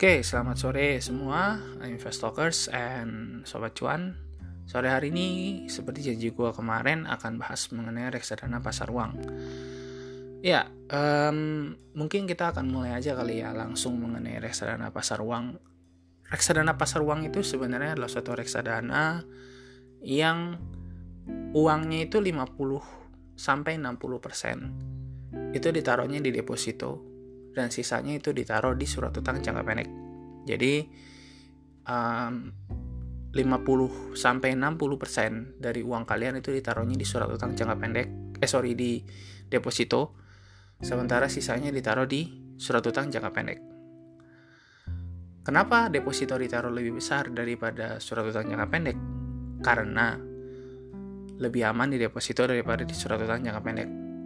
Oke, selamat sore semua Investokers and Sobat Cuan. Sore hari ini, seperti janji gue kemarin, akan bahas mengenai reksadana pasar uang. Ya, mungkin kita akan mulai aja kali ya langsung mengenai reksadana pasar uang. Reksadana pasar uang itu sebenarnya adalah suatu reksadana yang uangnya itu 50-60% itu ditaruhnya di deposito, dan sisanya itu ditaruh di surat utang jangka pendek. Jadi 50-60% dari uang kalian itu ditaruhnya di surat utang jangka pendek, di deposito, sementara sisanya ditaruh di surat utang jangka pendek. Kenapa deposito ditaruh lebih besar daripada surat utang jangka pendek? Karena lebih aman di deposito daripada di surat utang jangka pendek.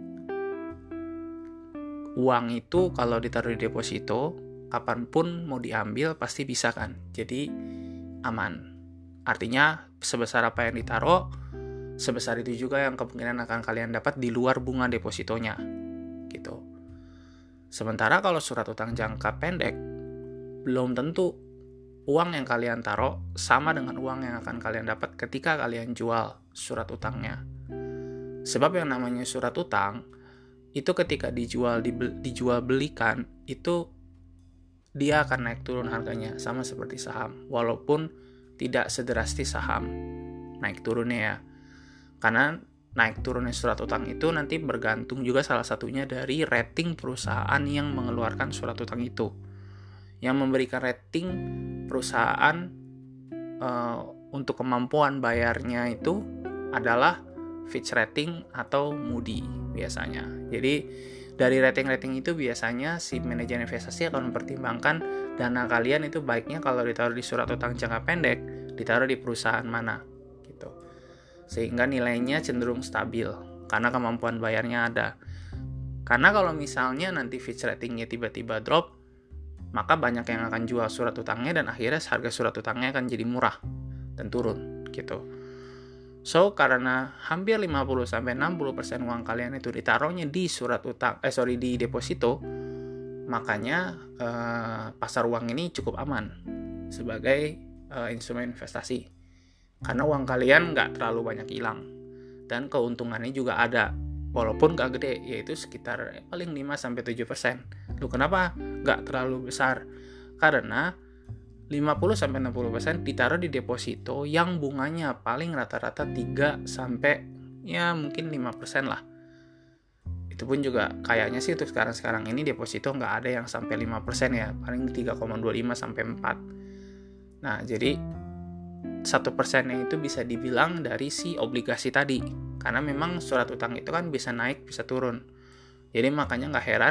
Uang itu kalau ditaruh di deposito, kapanpun mau diambil pasti bisa kan, jadi aman. Artinya sebesar apa yang ditaruh, sebesar itu juga yang kemungkinan akan kalian dapat di luar bunga depositonya gitu. Sementara kalau surat utang jangka pendek, belum tentu uang yang kalian taruh sama dengan uang yang akan kalian dapat ketika kalian jual surat utangnya. Sebab yang namanya surat utang itu ketika dijual belikan, itu dia akan naik turun harganya, sama seperti saham, walaupun tidak sedrastis saham naik turunnya ya. Karena naik turunnya surat utang itu nanti bergantung juga salah satunya dari rating perusahaan yang mengeluarkan surat utang itu. Yang memberikan rating perusahaan untuk kemampuan bayarnya itu adalah Fitch Rating atau Moody biasanya. Jadi dari rating-rating itu biasanya si manajer investasi akan mempertimbangkan dana kalian itu baiknya kalau ditaruh di surat utang jangka pendek, ditaruh di perusahaan mana gitu. Sehingga nilainya cenderung stabil karena kemampuan bayarnya ada. Karena kalau misalnya nanti Fitch Ratingnya tiba-tiba drop, maka banyak yang akan jual surat utangnya dan akhirnya harga surat utangnya akan jadi murah dan turun gitu. So, karena hampir 50-60% uang kalian itu ditaruhnya di di deposito, makanya pasar uang ini cukup aman sebagai instrumen investasi. Karena uang kalian nggak terlalu banyak hilang dan keuntungannya juga ada, walaupun nggak gede, yaitu sekitar paling 5-7%. Loh, kenapa nggak terlalu besar? Karena 50-60% ditaruh di deposito yang bunganya paling rata-rata 3 sampai ya mungkin 5% lah. Itu pun juga kayaknya sih untuk sekarang ini deposito nggak ada yang sampai 5% ya, paling 3,25 sampai 4. Nah, jadi 1%-nya itu bisa dibilang dari si obligasi tadi. Karena memang surat utang itu kan bisa naik, bisa turun. Jadi makanya nggak heran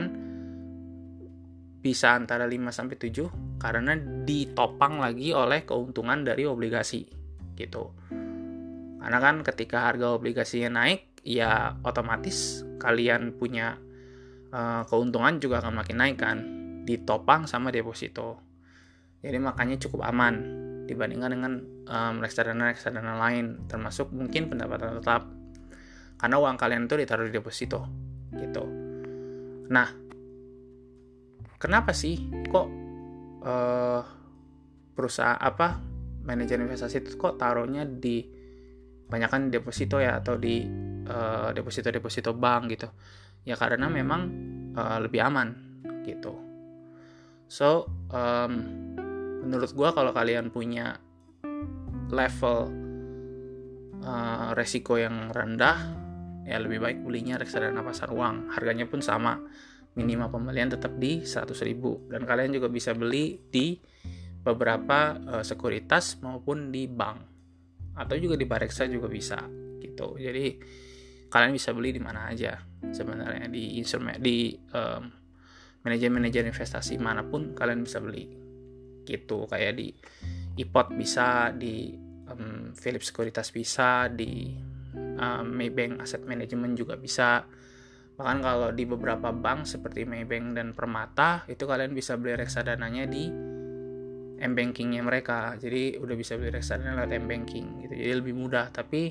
bisa antara 5-7 karena ditopang lagi oleh keuntungan dari obligasi gitu. Karena kan ketika harga obligasinya naik, ya otomatis kalian punya keuntungan juga akan makin naik kan, ditopang sama deposito. Jadi makanya cukup aman dibandingkan dengan reksadana lain, termasuk mungkin pendapatan tetap. Karena uang kalian itu ditaruh di deposito gitu. Nah, kenapa sih kok perusahaan manajer investasi itu kok taruhnya di banyakan deposito ya, atau di deposito bank gitu ya? Karena memang lebih aman gitu. So menurut gue kalau kalian punya level resiko yang rendah, ya lebih baik belinya reksadana pasar uang. Harganya pun sama, minimal pembelian tetap di 100.000, dan kalian juga bisa beli di beberapa sekuritas maupun di bank, atau juga di Bareksa juga bisa gitu. Jadi kalian bisa beli di mana aja sebenarnya, di instrumen, di manajer investasi manapun kalian bisa beli gitu. Kayak di IPOT bisa, di Philips Sekuritas bisa, di Maybank Asset Management juga bisa. Bahkan kalau di beberapa bank seperti Maybank dan Permata, itu kalian bisa beli reksadananya di M-Banking-nya mereka. Jadi udah bisa beli reksadana lewat M-Banking gitu. Jadi lebih mudah. Tapi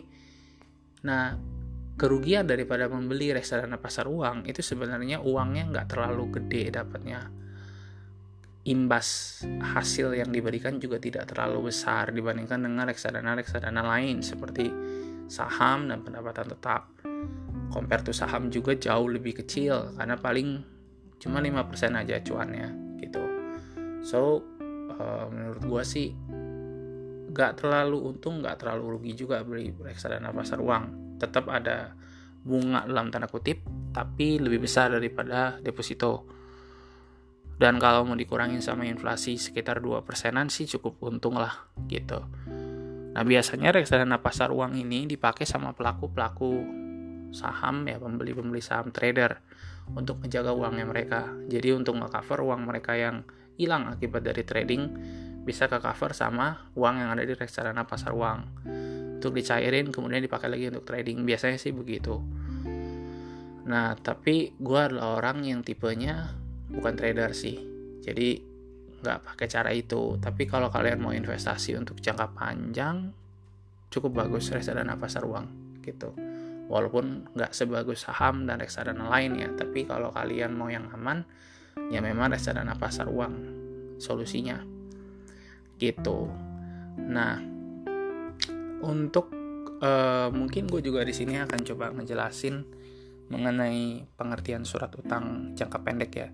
kerugian daripada membeli reksadana pasar uang itu sebenarnya uangnya nggak terlalu gede dapatnya. imbas hasil yang diberikan juga tidak terlalu besar dibandingkan dengan reksadana lain seperti saham dan pendapatan tetap. Compare to saham juga jauh lebih kecil karena paling cuma 5% aja cuannya gitu. So menurut gue sih gak terlalu untung, gak terlalu rugi juga beli reksadana pasar uang. Tetap ada bunga dalam tanda kutip, tapi lebih besar daripada deposito. Dan kalau mau dikurangin sama inflasi sekitar 2%-an sih cukup untung lah gitu. Nah biasanya reksadana pasar uang ini dipakai sama pelaku-pelaku saham ya, pembeli-pembeli saham trader untuk menjaga uangnya mereka. Jadi untuk nge-cover uang mereka yang hilang akibat dari trading bisa ke-cover sama uang yang ada di reksadana pasar uang. Untuk dicairin kemudian dipakai lagi untuk trading. Biasanya sih begitu. Nah, tapi gue adalah orang yang tipenya bukan trader sih. Jadi nggak pakai cara itu. Tapi kalau kalian mau investasi untuk jangka panjang, cukup bagus reksadana pasar uang gitu. Walaupun nggak sebagus saham dan reksadana lain ya. Tapi kalau kalian mau yang aman, ya memang reksadana pasar uang solusinya gitu. Nah, untuk mungkin gue juga di sini akan coba ngejelasin mengenai pengertian surat utang jangka pendek ya.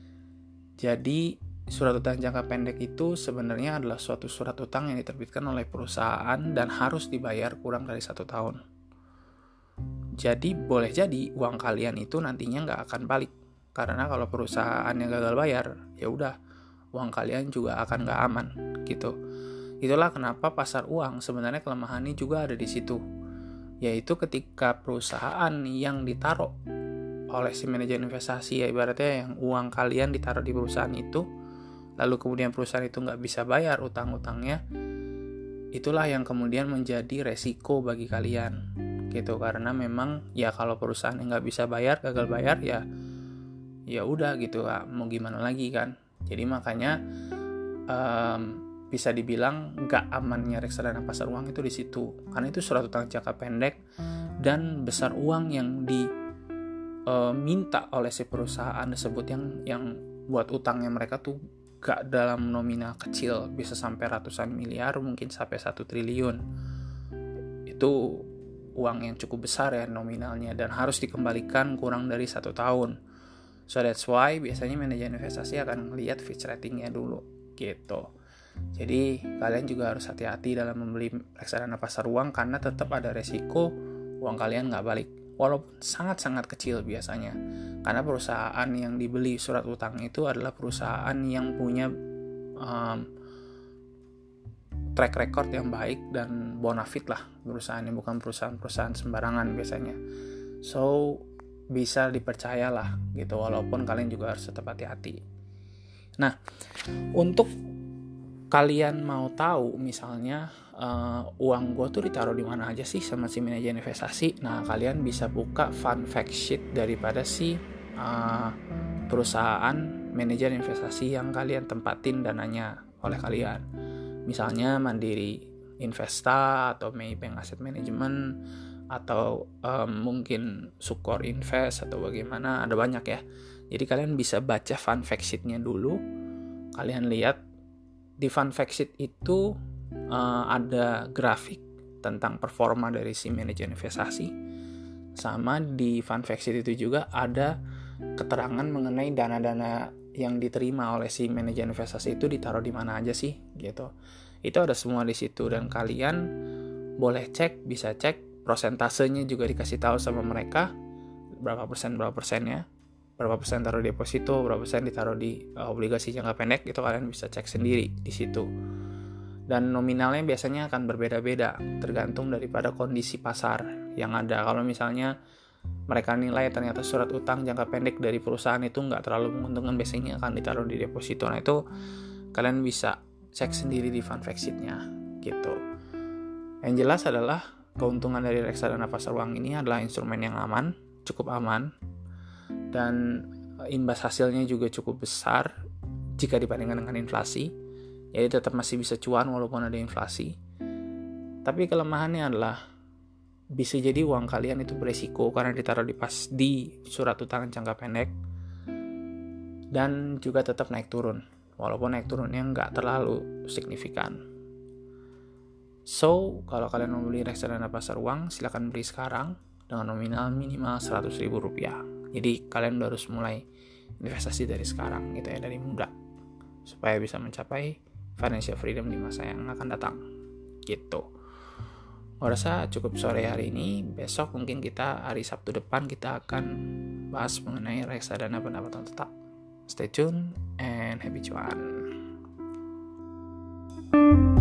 Jadi surat utang jangka pendek itu sebenarnya adalah suatu surat utang yang diterbitkan oleh perusahaan dan harus dibayar kurang dari 1 tahun. Jadi boleh jadi uang kalian itu nantinya nggak akan balik, karena kalau perusahaan yang gagal bayar, ya udah uang kalian juga akan nggak aman gitu. Itulah kenapa pasar uang sebenarnya kelemahannya juga ada di situ, yaitu ketika perusahaan yang ditaruh oleh si manajer investasi, ya ibaratnya yang uang kalian ditaruh di perusahaan itu, lalu kemudian perusahaan itu nggak bisa bayar utang-utangnya, itulah yang kemudian menjadi resiko bagi kalian gitu. Karena memang ya kalau perusahaan yang nggak bisa bayar, gagal bayar, ya udah gitu, mau gimana lagi kan. Jadi makanya bisa dibilang nggak amannya reksadana pasar uang itu di situ, karena itu surat utang jangka pendek dan besar uang yang diminta oleh si perusahaan tersebut yang buat utangnya mereka tuh gak dalam nominal kecil, bisa sampai ratusan miliar, mungkin sampai 1 triliun. Itu uang yang cukup besar ya nominalnya, dan harus dikembalikan kurang dari 1 tahun. So that's why biasanya manajer investasi akan melihat Fitch ratingnya dulu gitu. Jadi kalian juga harus hati-hati dalam membeli reksadana pasar uang, karena tetap ada resiko uang kalian nggak balik, walaupun sangat-sangat kecil biasanya. Karena perusahaan yang dibeli surat utang itu adalah perusahaan yang punya track record yang baik dan bonafit lah perusahaannya, bukan perusahaan-perusahaan sembarangan biasanya. So bisa dipercayalah gitu, walaupun kalian juga harus tetap hati-hati. Nah, untuk kalian mau tahu misalnya uang gue tuh ditaruh di mana aja sih sama si manajer investasi, nah kalian bisa buka fun fact sheet daripada si perusahaan manajer investasi yang kalian tempatin dananya oleh kalian. Misalnya Mandiri Investa atau Maybank Asset Management atau mungkin Sukor Invest atau bagaimana, ada banyak ya. Jadi kalian bisa baca fun fact sheet-nya dulu. Kalian lihat di fun fact sheet itu ada grafik tentang performa dari si manajer investasi. Sama di fun fact sheet itu juga ada keterangan mengenai dana-dana yang diterima oleh si manajer investasi itu ditaruh di mana aja sih gitu. Itu ada semua di situ, dan kalian boleh cek, bisa cek prosentasenya juga dikasih tahu sama mereka, berapa persennya, berapa persen taruh di deposito, berapa persen ditaruh di obligasi jangka pendek, itu kalian bisa cek sendiri di situ. Dan nominalnya biasanya akan berbeda-beda tergantung daripada kondisi pasar yang ada. Kalau misalnya mereka nilai ternyata surat utang jangka pendek dari perusahaan itu nggak terlalu menguntungkan, biasanya akan ditaruh di deposito. Nah itu kalian bisa cek sendiri di fun fact sheet-nya gitu. Yang jelas adalah keuntungan dari reksadana pasar uang ini adalah instrumen yang aman, cukup aman, dan imbas hasilnya juga cukup besar jika dibandingkan dengan inflasi. Jadi tetap masih bisa cuan walaupun ada inflasi. Tapi kelemahannya adalah bisa jadi uang kalian itu beresiko karena ditaruh di surat utang jangka pendek, dan juga tetap naik turun walaupun naik turunnya nggak terlalu signifikan. So, kalau kalian mau beli reksadana pasar uang, silakan beli sekarang dengan nominal minimal Rp100.000. Jadi kalian udah harus mulai investasi dari sekarang gitu ya, dari muda, supaya bisa mencapai financial freedom di masa yang akan datang gitu. Gue rasa cukup sore hari ini. Besok mungkin kita hari Sabtu depan kita akan bahas mengenai reksadana pendapatan tetap. Stay tune and happy cuan.